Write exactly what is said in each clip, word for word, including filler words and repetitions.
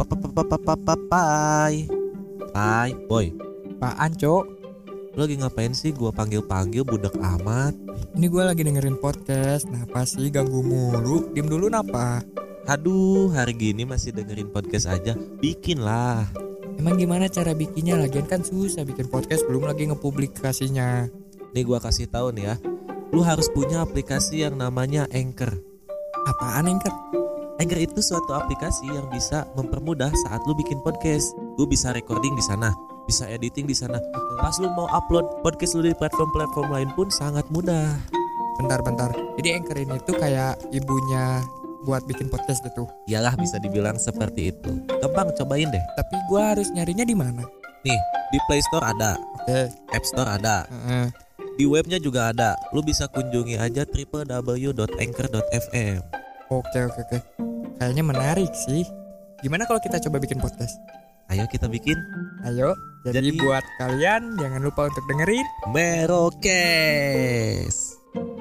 Pai, Pai, boy. Apaan, Cok? Lu lagi ngapain sih? Gua panggil-panggil budak amat. Ini gue lagi dengerin podcast. Napa sih ganggu mulu? Diem dulu napa? Aduh, hari gini masih dengerin podcast aja. Bikin lah. Emang gimana cara bikinnya? Lagian kan susah bikin podcast, belum lagi ngepublikasinya. Nih gua kasih tahu nih ya. Lu harus punya aplikasi yang namanya Anchor. Apaan, Anchor? Anchor itu suatu aplikasi yang bisa mempermudah saat lu bikin podcast. Lu bisa recording di sana, bisa editing di sana. Pas lu mau upload podcast lu di platform-platform lain pun sangat mudah. Bentar-bentar. Jadi Anchor ini tuh kayak ibunya buat bikin podcast gitu. Iyalah, bisa dibilang seperti itu. Gampang, cobain deh. Tapi gue harus nyarinya di mana? Nih, di Play Store ada, Oke. App Store ada, Heeh. di webnya juga ada. Lu bisa kunjungi aja w w w dot anchor dot f m. Oke, oke, oke. Kayaknya menarik sih. Gimana kalau kita coba bikin podcast? Ayo kita bikin Ayo. Jadi, Jadi- buat kalian jangan lupa untuk dengerin. Merokes.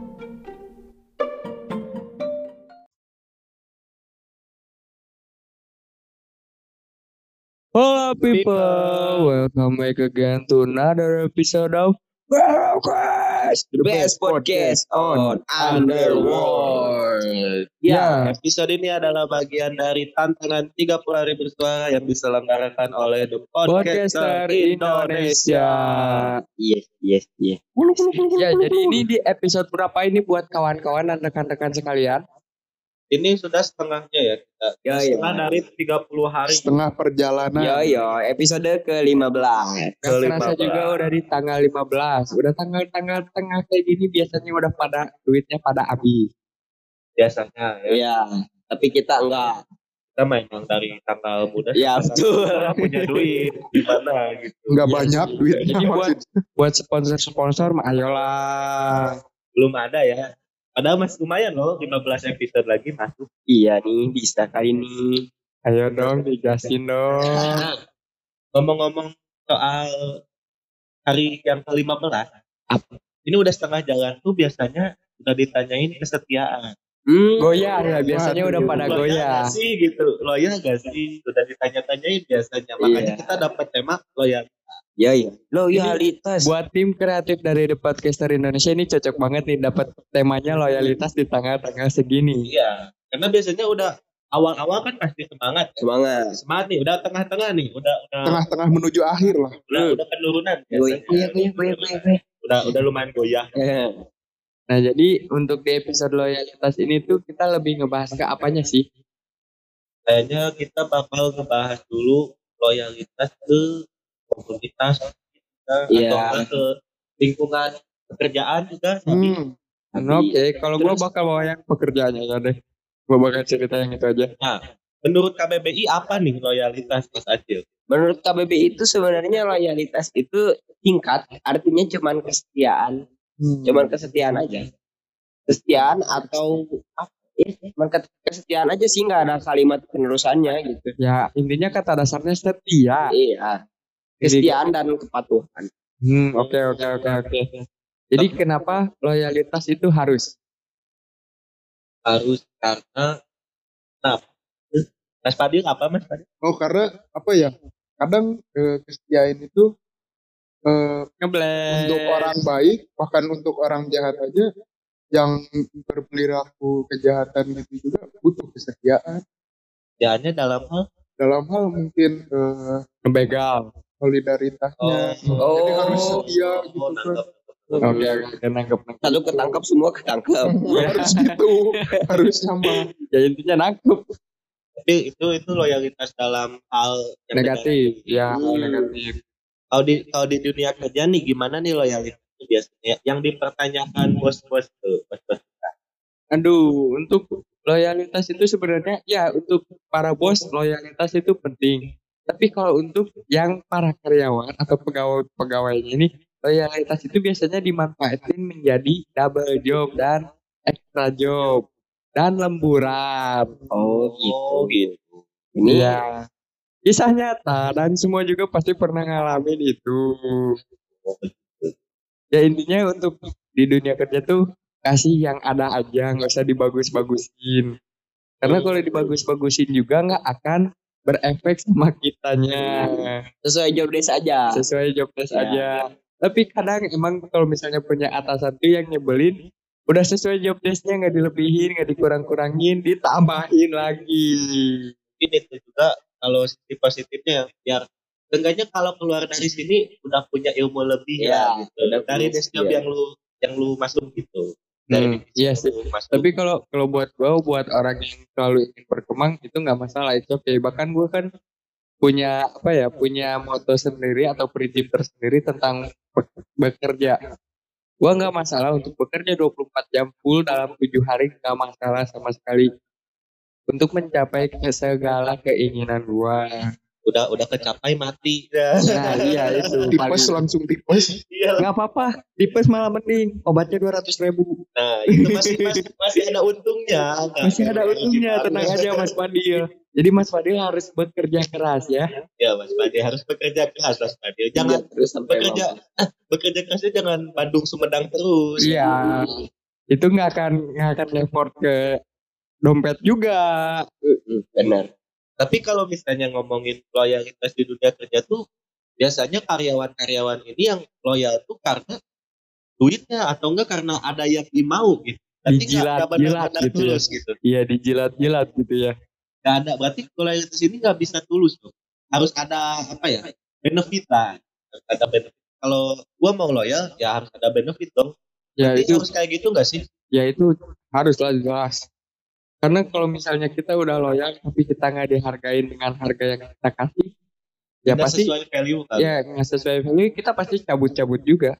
Hello people, welcome back again to another episode of Merokes, the best podcast on Underworld. Ya, Ya, episode ini adalah bagian dari tantangan tiga puluh hari bersuara yang diselenggarakan oleh The Podcaster Podcaster Indonesia. Yes, yes, yes. Ya, jadi ini di episode berapa ini buat kawan-kawan dan rekan-rekan sekalian? Ini sudah setengahnya ya kita. Ya, ya. Setengah dari tiga puluh hari. Setengah perjalanan. Yo yo, episode ke lima belas. Gak Ke kerasa lima belas. juga udah di tanggal lima belas. Udah tanggal-tanggal tengah kayak gini biasanya udah pada duitnya pada habis. Biasanya ya. Iya, tapi kita enggak. Kita memang dari tanggal muda. Ya, betul. Kita punya duit gimana gitu. Nggak Iya banyak sih. duitnya Jadi buat maksudnya. buat sponsor-sponsor mah ayolah. Belum ada ya. Padahal masih lumayan loh, lima belas episode lagi masuk. Iya nih, bisa kali ini. Ayo dong, digasin dong. Ngomong-ngomong soal hari yang ke lima belas, Apa? ini udah setengah jalan tuh biasanya udah ditanyain kesetiaan. Hmm, goyah ya, biasanya Waduh. udah pada Loyal goyah. gak sih gitu, loyal gak sih? Udah ditanya-tanyain biasanya, makanya Iya. kita dapat tema loyal. Ya ya. Loyalitas. Buat tim kreatif dari The Podcaster Indonesia ini cocok banget nih dapat temanya loyalitas di tanggal-tanggal segini. Iya, karena biasanya udah awal-awal kan pasti semangat. Ya. Semangat. Semangat nih, udah tengah-tengah nih, udah udah Tengah-tengah menuju akhir lah. udah, udah penurunan. Goyah, biasanya. goyah, goyah, goyah, goyah, goyah. Udah udah lumayan goyah. Nah, jadi untuk di episode loyalitas ini tuh kita lebih ngebahas ke apanya sih? Kayaknya kita bakal ngebahas dulu loyalitas ke komunitas kita Iya. atau enggak ke lingkungan pekerjaan juga. Tapi Hmm. Oke, kalau gue terus- bakal bawa yang pekerjaannya ya deh. Gue bakal cerita yang itu aja. menurut K B B I apa nih loyalitas Mas Acil? Menurut K B B I itu sebenarnya loyalitas itu tingkat, artinya cuman kesetiaan, Hmm. cuman kesetiaan aja. Kesetiaan atau apa? Ya, cuman ke- kesetiaan aja sih, nggak ada kalimat penerusannya gitu. Ya, intinya kata dasarnya setia. Iya, kesetiaan dan kepatuhan. Hmm, oke oke oke oke. Jadi kenapa loyalitas itu harus? Harus karena nah, Mas Fadil apa Mas Fadil? Oh, karena apa ya? Kadang eh, kesetiaan itu eh, Ngeblend. untuk orang baik, bahkan untuk orang jahat aja yang berperilaku kejahatan itu juga butuh kesetiaan. Jalannya dalam hal Dalam hal mungkin eh, Ngebegal. solidaritasnya. Oh. Jadi harus setia Oh, gitu kan. nangkep. Oke oke nangkep nangkep. Satu ketangkap, semua ketangkap. Harus gitu, harus sama. Ya intinya nangkep. Tapi itu itu loyalitas dalam hal yang Negatif. Ya Hmm. negatif. Kalau di kalau di dunia kerja nih gimana nih loyalitas itu biasanya yang dipertanyakan bos-bos tuh, bos-bos. Aduh, untuk loyalitas itu sebenarnya ya untuk para bos loyalitas itu penting. Tapi kalau untuk yang para karyawan atau pegawai-pegawainya ini loyalitas itu biasanya dimanfaatin menjadi double job dan extra job dan lemburan. Oh gitu gitu. Ini Ini ya kisah nyata dan semua juga pasti pernah ngalamin itu. Ya intinya untuk di dunia kerja tuh kasih yang ada aja, nggak usah dibagus-bagusin. Karena kalau dibagus-bagusin juga nggak akan berefek sama kitanya. Sesuai job desk aja. Sesuai job desk Ya. aja. Tapi kadang emang kalau misalnya punya atasan tuh yang nyebelin, udah sesuai job desknya nggak dilebihin, nggak dikurang-kurangin, ditambahin lagi. Mungkin itu juga kalau sisi positifnya biar seenggaknya kalau keluar dari sini udah punya ilmu lebih Ya, ya gitu. udah Dari punya desk job skill. yang lu yang lu masuk gitu. Dari Hmm, divisi iya yang sih. lu masuk. Tapi kalau kalau buat gua, buat orang yang selalu ingin berkembang itu nggak masalah, itu oke. Bahkan gua kan punya apa ya, punya moto sendiri atau prinsip tersendiri tentang be- bekerja. Gua nggak masalah untuk bekerja dua puluh empat jam full dalam tujuh hari, nggak masalah sama sekali untuk mencapai ke segala keinginan gua. udah udah kecapai mati. Nah iya itu Tipes paling- langsung tipes. Iya. nggak apa-apa, tipes malah mending, obatnya dua ratus ribu. Nah, itu masih masih, masih ada untungnya. Masih ada untungnya, tenang aja Mas Fadil. Jadi Mas Fadil harus bekerja keras ya. Ya, Mas Fadil harus bekerja keras, Mas Fadil. Jangan Iya, terus sampai bekerja mampu. bekerja kerasnya jangan Bandung Sumedang terus. Iya. Itu nggak akan nggak akan effort ke dompet juga. Mm-mm, benar. Tapi kalau misalnya ngomongin loyalitas di dunia kerja tuh biasanya karyawan-karyawan ini yang loyal tuh karena duitnya atau enggak karena ada yang dimau gitu. Tapi nggak nggak Dijilat-jilat benar-benar gitu ya. tulus gitu. Iya dijilat-jilat gitu ya. Nggak ada, berarti loyalitas ini nggak bisa tulus tuh. Harus ada apa ya? Benefit lah. Harus ada benefit. Kalau gua mau loyal ya harus ada benefit dong. Ya Berarti itu harus kayak gitu nggak sih? ya itu haruslah jelas. Karena kalau misalnya kita udah loyal tapi kita nggak dihargain dengan harga yang kita kasih, ya Nggak pasti sesuai value kan. ya nggak sesuai value, kita pasti cabut-cabut juga.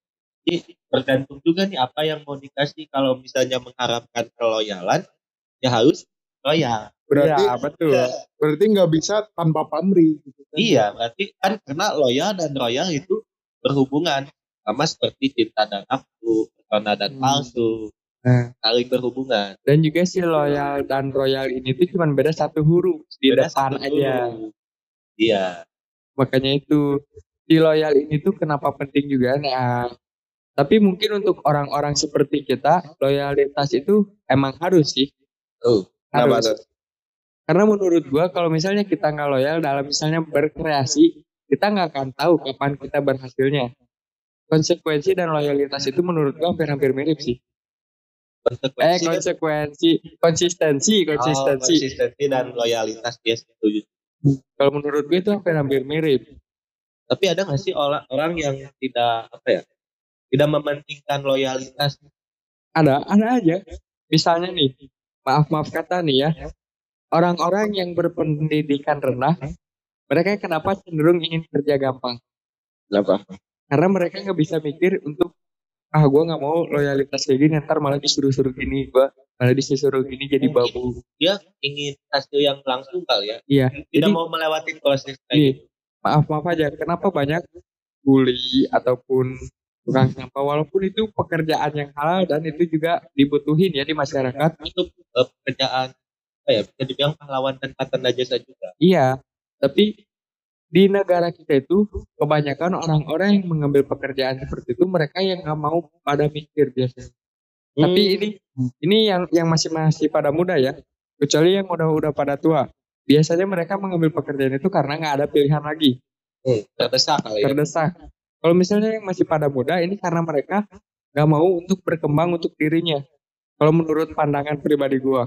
Jadi tergantung juga nih apa yang mau dikasih. Kalau misalnya mengharapkan keloyalan ya harus loyal. Berarti Iya betul. berarti nggak bisa tanpa pamrih. Gitu kan. Iya, berarti kan karena loyal dan royal itu berhubungan sama seperti cinta dan nafsu, pesona dan Hmm. palsu, Nah, saling berhubungan. dan juga si loyal dan royal ini tuh cuma beda satu huruf di Beda depan satu aja. huruf. Iya, Makanya itu si loyal ini tuh kenapa penting juga. Nah, tapi mungkin untuk orang-orang seperti kita, loyalitas itu emang harus sih. Oh, kenapa Harus. tuh? Karena menurut gua kalau misalnya kita nggak loyal dalam misalnya berkreasi, kita nggak akan tahu kapan kita berhasilnya. Konsekuensi dan loyalitas itu menurut gua hampir-hampir mirip sih. Eh konsekuensi dan- konsekuensi, konsistensi, Oh, konsistensi. konsistensi dan loyalitas dia setuju. Kalau menurut gue itu hampir-hampir mirip. Tapi ada nggak sih orang orang yang tidak apa ya, tidak mementingkan loyalitas? Ada, ada aja. Misalnya nih, maaf-maaf kata nih ya, orang-orang yang berpendidikan rendah, mereka kenapa cenderung ingin kerja gampang? Kenapa? Karena mereka nggak bisa mikir untuk, ah gue nggak mau loyalitas kayak gini, ntar malah disuruh-suruh gini, gue malah disuruh gini jadi babu. Dia ingin hasil yang langsung kali ya, Iya, tidak jadi mau melewati proses kayak nih, gitu. maaf-maaf aja, kenapa banyak bully ataupun tukang sampah, walaupun itu pekerjaan yang halal dan itu juga dibutuhin ya di masyarakat. Itu eh, pekerjaan apa ya, bisa dibilang pahlawan tanpa tanda jasa juga. Iya, tapi di negara kita itu kebanyakan orang-orang yang mengambil pekerjaan seperti itu mereka yang nggak mau pada mikir biasanya. Tapi ini ini yang yang masih masih pada muda ya, kecuali yang udah-udah pada tua. Biasanya mereka mengambil pekerjaan itu karena nggak ada pilihan lagi, Hmm, terdesak kali ya. terdesak. Kalau misalnya yang masih pada muda ini karena mereka nggak mau untuk berkembang untuk dirinya. Kalau menurut pandangan pribadi gua.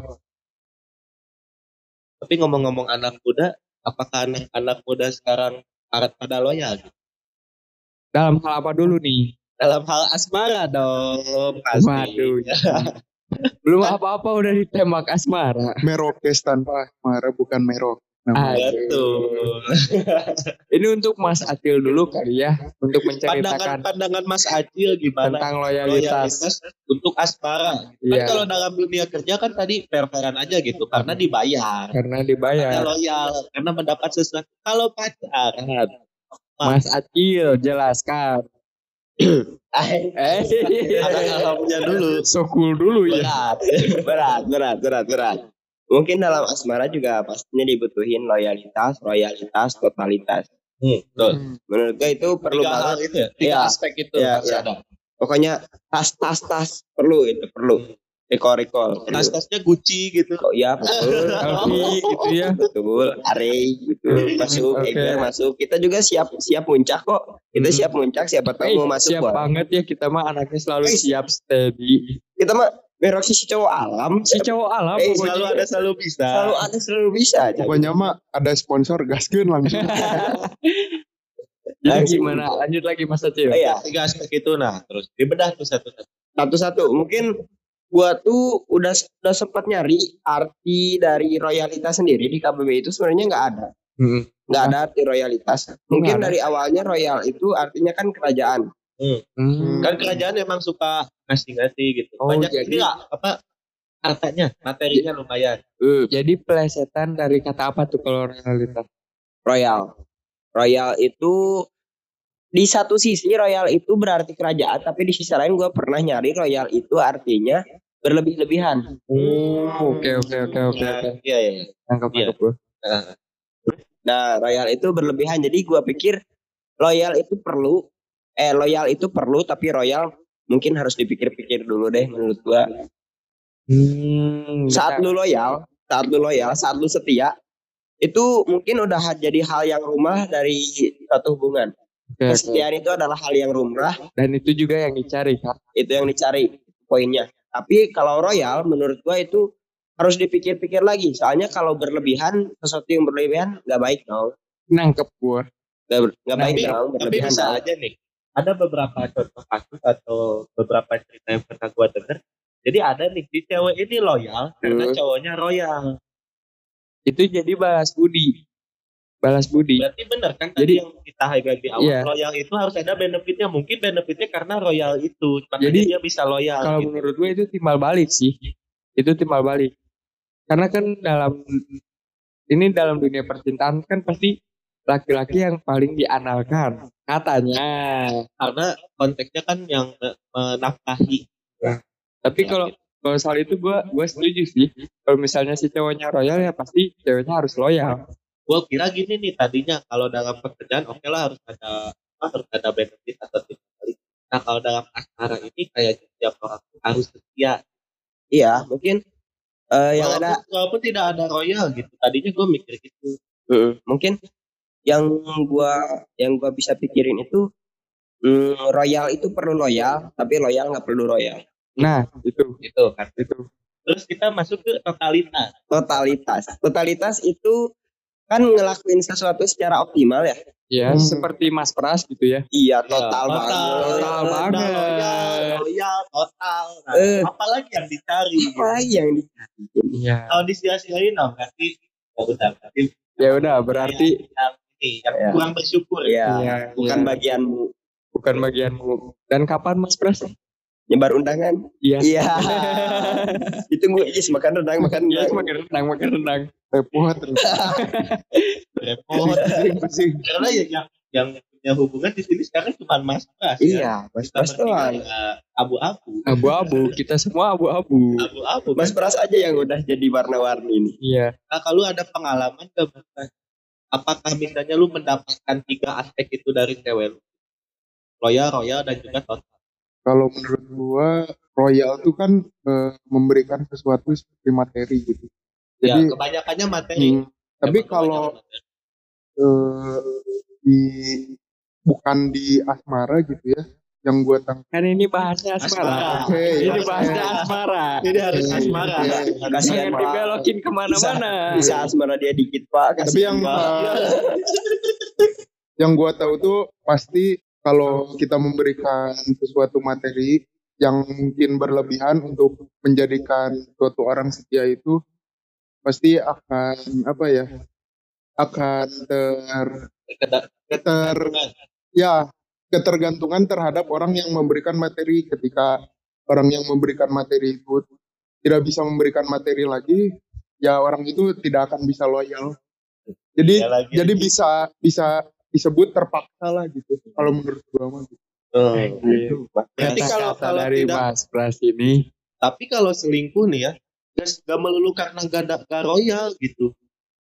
Tapi ngomong-ngomong anak muda, apakah anak-anak muda sekarang parat pada loyal? Dalam hal apa dulu nih? Dalam hal asmara dong, pasti. Waduh. Belum apa-apa udah ditembak asmara. Merokes tanpa asmara bukan merok. Namanya. Betul. Ini untuk Mas Atil dulu kali ya, untuk menceritakan Pandangan-pandangan Mas Acil gimana tentang loyalitas. loyalitas untuk asmara. Kan Iya, kalau dalam dunia kerja kan tadi fair-fairan aja gitu, karena dibayar. karena Karena dibayar. loyal, karena mendapat sesuatu. Kalau pacaran, Mas Atil jelaskan. Eh, alhamnya dulu. so cool dulu ya. Berat, berat, berat, berat, berat. Mungkin dalam asmara juga pastinya dibutuhin loyalitas, royalitas, totalitas. Hmm, betul. Menurut gue itu perlu Tiga hal banget. itu ya, tiga Iya. aspek itu Iya, harus iya. ada. Pokoknya tas, tas, tas perlu itu perlu. recall recall. Tas-tasnya Gucci gitu. Oh iya betul. Alfi gitu ya. Betul, Arey gitu masuk, Oke. Eger masuk. Kita juga siap siap muncak kok. Kita siap muncak, siapa tahu Eh, mau masuk. siap Wak. banget ya, kita mah anaknya selalu Eh, siap steady. Kita mah Beroksi si cowok alam, Si cowok alam Eh, pokoknya. Selalu ada selalu bisa. selalu ada selalu bisa aja. Pokoknya mah ada sponsor gaskeun langsung. Jadi gimana? Lanjut lagi Mas Acil. Oh, iya, Tiga aspek itu nah terus dibedah tuh satu-satu. satu-satu. Mungkin gua tuh udah udah sempat nyari arti dari royalitas sendiri di K B B I itu sebenarnya nggak ada. Hmm. Nggak ada arti royalitas. Mungkin Nggak ada. dari awalnya royal itu artinya kan kerajaan. Hmm. Kan kerajaan emang suka ngasih-ngasih gitu. Oh, Banyak jadi- ini lah apa hartanya, materinya lumayan. Jadi pelesetan dari kata apa tuh kalau royalitas? Royal. Royal itu di satu sisi royal itu berarti kerajaan, tapi di sisi lain gue pernah nyari royal itu artinya berlebih-lebihan. Oh, oke oke oke oke Nah, oke. Iya iya. Tangkap Iya. tangkap bro. Nah, royal itu berlebihan. Jadi gue pikir loyal itu perlu, eh loyal itu perlu, tapi royal mungkin harus dipikir-pikir dulu deh menurut gue. Hmm. Saat lu loyal, saat lu loyal, saat lu setia, itu mungkin udah jadi hal yang rumah dari satu hubungan. Oke, oke. Kesetiaan itu adalah hal yang lumrah, Dan itu juga yang dicari Kak. itu yang dicari poinnya. Tapi kalau royal menurut gua itu harus dipikir-pikir lagi. Soalnya kalau berlebihan, sesuatu yang berlebihan nggak baik dong. Nangkep gua. Nggak ber- nggak baik Tapi, dong tapi berlebihan. bisa dong. aja nih. Ada beberapa contoh kasus atau beberapa cerita yang pernah gua denger. Jadi ada nih si cewek ini loyal karena Hmm. cowoknya royal. Itu jadi balas budi. Balas budi. Berarti bener kan Jadi- tadi yang kita highlight di awal Iya. loyal itu harus ada benefitnya. Mungkin benefitnya karena royal itu. Makanya Jadi, dia bisa loyal. Kalau gitu. menurut gue itu timbal balik sih. Itu timbal balik. Karena kan dalam ini dalam dunia percintaan kan pasti laki-laki yang paling diandalkan katanya. Karena konteksnya kan yang eh, menafkahi. Tapi kalau kalau soal itu gue gue setuju sih. Kalau misalnya si cowoknya royal ya pasti ceweknya harus loyal. Gue kira gini nih tadinya kalau dalam pekerjaan oke lah harus ada apa, harus ada benefit atau timbal balik. Nah kalau dalam asmara ini kayak setiap orang tuh harus setia. Iya, mungkin eh, yang walaupun, ada walaupun tidak ada royal gitu. Tadinya gue mikir gitu. Mm, mungkin yang gua yang gua bisa pikirin itu mm, royal itu perlu loyal, tapi loyal nggak perlu royal. Nah itu Gitu kan. itu. Terus kita masuk ke totalitas. Totalitas, totalitas itu kan ngelakuin sesuatu secara optimal ya. Ya Hmm. seperti Mas Pras gitu ya. Iya, total total, banget. Total Nah, banget. Loyal, loyal, total. Nah, Eh. apalagi yang dicari. Apa lagi yang di Iya. Kalau disia-siain oh, berarti ya udah berarti Ya udah berarti yang ini yang Ya. kurang bersyukur. ya, Iya, bukan iya. bagianmu. bukan bagianmu. Dan kapan Mas Pras? Nyebar undangan. Iya. Iya. Ditunggu Is makan rendang, makan Iya, rendang. makan rendang, makan rendang. Repot terus. Repot. Pusing. Karena ya yang yang punya hubungan di sini sekarang cuma Mas Pras. ya. Iya, Mas Kita Pras bertiga doang. ya abu-abu. Abu-abu, kita semua abu-abu. Abu-abu. Mas kan? Pras aja yang udah jadi warna-warni nih. Iya. Nah, kalau ada pengalaman ke Mas Pras, apakah misalnya lu mendapatkan tiga aspek itu dari cewek lu? Loyal, royal, dan juga total. Kalau menurut gua royal tuh kan eh, memberikan sesuatu seperti materi gitu. Ya, Jadi kebanyakannya materi. hmm, tapi Emang kalau kebanyakan materi. eh, di bukan di asmara gitu ya, yang gua tangkap. Kan ini bahasnya asmara. Asmara. Oke, Ini oke. bahasnya asmara. Ini harus Oke, asmara. oke. Kasihan Jangan Pak. dibelokin kemana-mana. Bisa asmara dia dikit Pak. Tapi Kasihan, yang Pak. eh, yang gua tahu tuh pasti kalau kita memberikan sesuatu materi yang mungkin berlebihan untuk menjadikan suatu orang setia itu pasti akan apa ya, akan ter Keda- ter ya ketergantungan terhadap orang yang memberikan materi. Ketika orang yang memberikan materi itu tidak bisa memberikan materi lagi, ya orang itu tidak akan bisa loyal. Jadi Ya, lagi- jadi bisa bisa disebut terpaksa lah gitu kalau menurut gua mah gitu. Oh. Gitu, Pak. Berarti kalau Kata-kata kalau dari tidak, Mas Pras ini, tapi kalau selingkuh nih ya, gak, gak melulu karena gak, ada- gak royal gitu.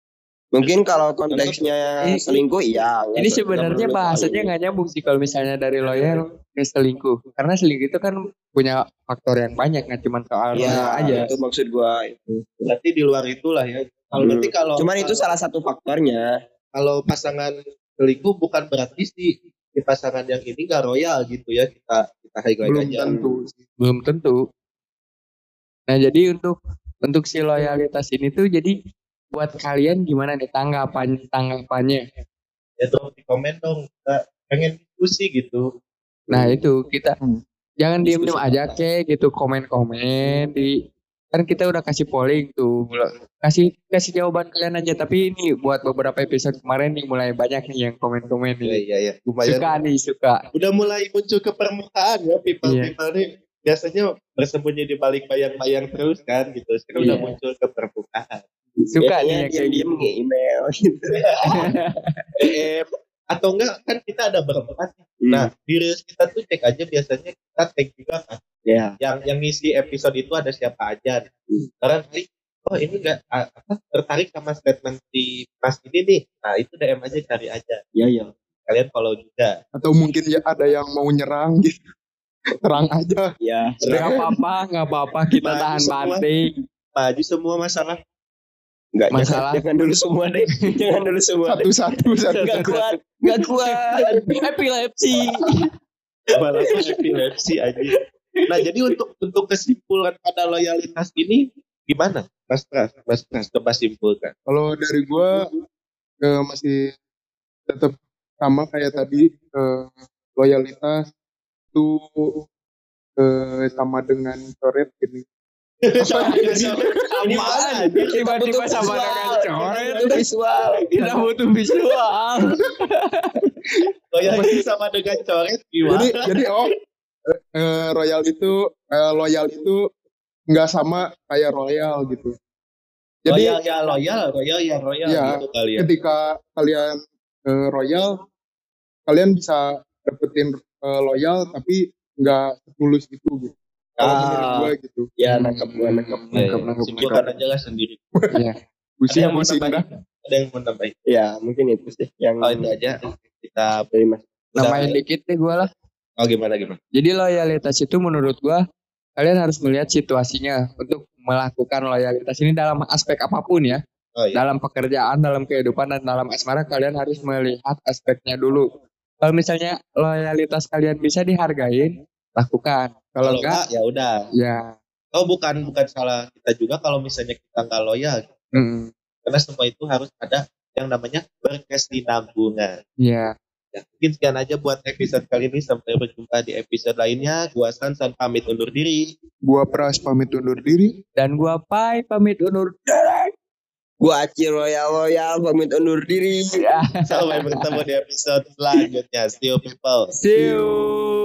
Mungkin kalau konteksnya Ini- selingkuh iya. Ini nggak- sebenarnya nggak perlu bahasanya terlalu. nggak nyambung sih kalau misalnya dari loyal ke selingkuh. Karena selingkuh itu kan punya faktor yang banyak, nggak cuma soal Iya loyal aja. itu maksud gua itu. Berarti di luar itulah ya. Kalau Hmm. berarti kalau Cuman itu kalau- salah satu faktornya. kalau pasangan selingkuh bukan berarti si, si pasangan yang ini gak royal gitu ya, kita kita highlight Belum aja. tentu sih. Belum tentu. Nah jadi untuk untuk si loyalitas ini tuh jadi buat kalian gimana nih tanggapan tanggapannya? Ya tuh di komen dong, kita pengen diskusi gitu. Nah itu kita jangan diem diem Diskusi aja kek gitu komen-komen di kan kita udah kasih polling tuh kasih kasih jawaban kalian aja tapi ini buat beberapa episode kemarin nih mulai banyak nih yang komen-komen Iya nih iya iya, lumayan. suka nih suka Udah mulai muncul ke permukaan ya people Iya. people nih. Biasanya bersembunyi di balik bayang-bayang terus kan gitu. Sekarang udah Iya. muncul ke permukaan. suka nih Biasanya yang kayak diam-diam gitu nge-email gitu. D M atau enggak kan kita ada berempat. Nah, di reels kita tuh cek aja biasanya kita tag juga kan. Ya. Yang yang ngisi episode itu ada siapa aja. Karena nanti oh ini enggak ah, apa tertarik sama statement si Mas ini nih. Nah, itu D M aja cari aja. Iya iya. Kalian follow juga. Atau mungkin ya ada yang mau nyerang gitu. Terang aja. Ya. nggak apa-apa nggak apa-apa kita Maju tahan semua. banting Maju semua masalah. Enggak Masalah. jangan, jangan dulu semua deh. Jangan dulu semua deh. Satu-satu. satu. Enggak kuat. Enggak kuat. epilepsi Malah epilepsi aja. Nah, jadi untuk untuk kesimpulan pada loyalitas ini gimana? Mas Pras, Mas Pras coba simpulkan. Kalau dari gua eh, masih tetap sama kayak tadi, eh, loyalitas itu eh, sama dengan coret gini. apaan tiba-tiba sama dengan coret Butuh visual. kita butuh visual Loyalitas sama dengan coret gimana? Jadi jadi oh eh, eh, royal itu eh, loyal itu nggak sama kayak royal gitu. Jadi loyal ya loyal, royal ya royal Iya. gitu kali ya. ketika kalian eh, royal, kalian bisa dapetin eh, loyal tapi nggak setulus itu gitu. Kalau Ah. menurut gue gitu. Ya nangkep gua nangkep. Ya, ya. Nangkep, nangkep, Simpulkan aja lah sendiri. Iya. Pusing Ada yang mau pusing nambahin? dah. Ada yang mau nambahin? Ya mungkin itu sih yang Oh itu aja. Kita dari Mas. Nambahin dikit deh gue lah. Oh gimana gimana? Jadi loyalitas itu menurut gua kalian harus melihat situasinya untuk melakukan loyalitas ini dalam aspek apapun ya. Oh iya. Dalam pekerjaan, dalam kehidupan dan dalam asmara kalian harus melihat aspeknya dulu. Kalau misalnya loyalitas kalian bisa dihargain, lakukan. Kalau Kalau enggak, enggak ya udah. ya Oh bukan bukan salah kita juga kalau misalnya kita nggak loyal. mm, Karena semua itu harus ada yang namanya berkesinambungan. ya. Ya, mungkin sekian aja buat episode kali ini. Sampai berjumpa di episode lainnya. Gua Sansan pamit undur diri. Gua Pras pamit undur diri. Dan gua Pai pamit undur. Gua Aci Royal Royal pamit undur diri. Sampai bertemu di episode selanjutnya. See you people. See you.